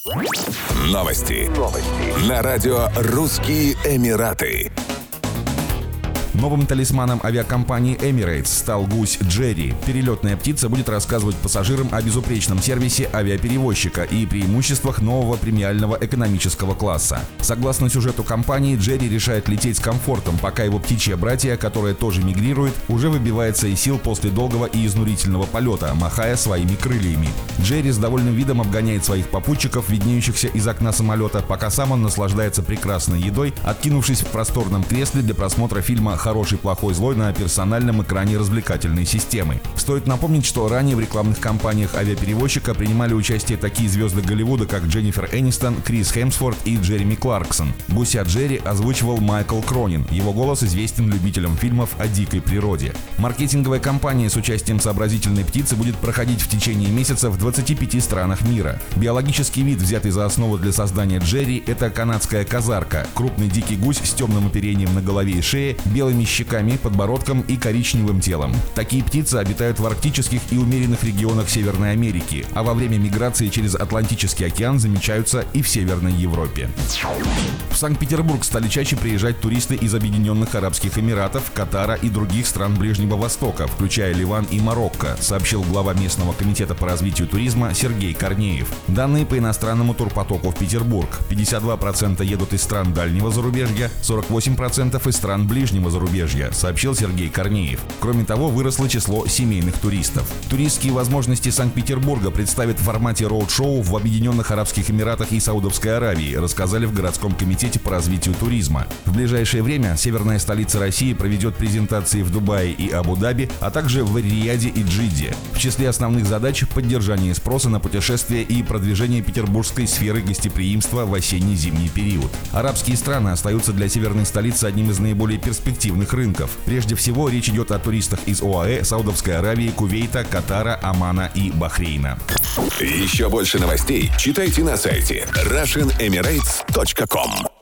Новости. На радио «Русские Эмираты». Новым талисманом авиакомпании Emirates стал гусь Джерри. Перелетная птица будет рассказывать пассажирам о безупречном сервисе авиаперевозчика и преимуществах нового премиального экономического класса. Согласно сюжету компании, Джерри решает лететь с комфортом, пока его птичье братья, которое тоже мигрирует, уже выбивается из сил после долгого и изнурительного полета, махая своими крыльями. Джерри с довольным видом обгоняет своих попутчиков, виднеющихся из окна самолета, пока сам он наслаждается прекрасной едой, откинувшись в просторном кресле для просмотра фильма «Хороший, плохой, злой» на персональном экране развлекательной системы. Стоит напомнить, что ранее в рекламных кампаниях авиаперевозчика принимали участие такие звезды Голливуда, как Дженнифер Энистон, Крис Хемсворт и Джереми Кларксон. Гуся Джерри озвучивал Майкл Кронин. Его голос известен любителям фильмов о дикой природе. Маркетинговая кампания с участием сообразительной птицы будет проходить в течение месяца в 25 странах мира. Биологический вид, взятый за основу для создания Джерри, это канадская казарка, крупный дикий гусь с темным оперением на голове и шее, белыми щеками, подбородком и коричневым телом. Такие птицы обитают в арктических и умеренных регионах Северной Америки, а во время миграции через Атлантический океан замечаются и в Северной Европе. В Санкт-Петербург стали чаще приезжать туристы из Объединенных Арабских Эмиратов, Катара и других стран Ближнего Востока, включая Ливан и Марокко, сообщил глава местного комитета по развитию туризма Сергей Корнеев. Данные по иностранному турпотоку в Петербург: 52% едут из стран дальнего зарубежья, 48% из стран ближнего зарубежья, сообщил Сергей Корнеев. Кроме того, выросло число семейных туристов. Туристские возможности Санкт-Петербурга представят в формате роуд-шоу в Объединенных Арабских Эмиратах и Саудовской Аравии, рассказали в городском комитете по развитию туризма. В ближайшее время северная столица России проведет презентации в Дубае и Абу-Даби, а также в Эр-Рияде и Джидде. В числе основных задач – поддержание спроса на путешествия и продвижение петербургской сферы гостеприимства в осенне-зимний период. Арабские страны остаются для северной столицы одним из наиболее перспективных рынков. Прежде всего, речь идет о туристах из ОАЭ, Саудовской Аравии, Кувейта, Катара, Омана и Бахрейна. Еще больше новостей читайте на сайте RussianEmirates.com.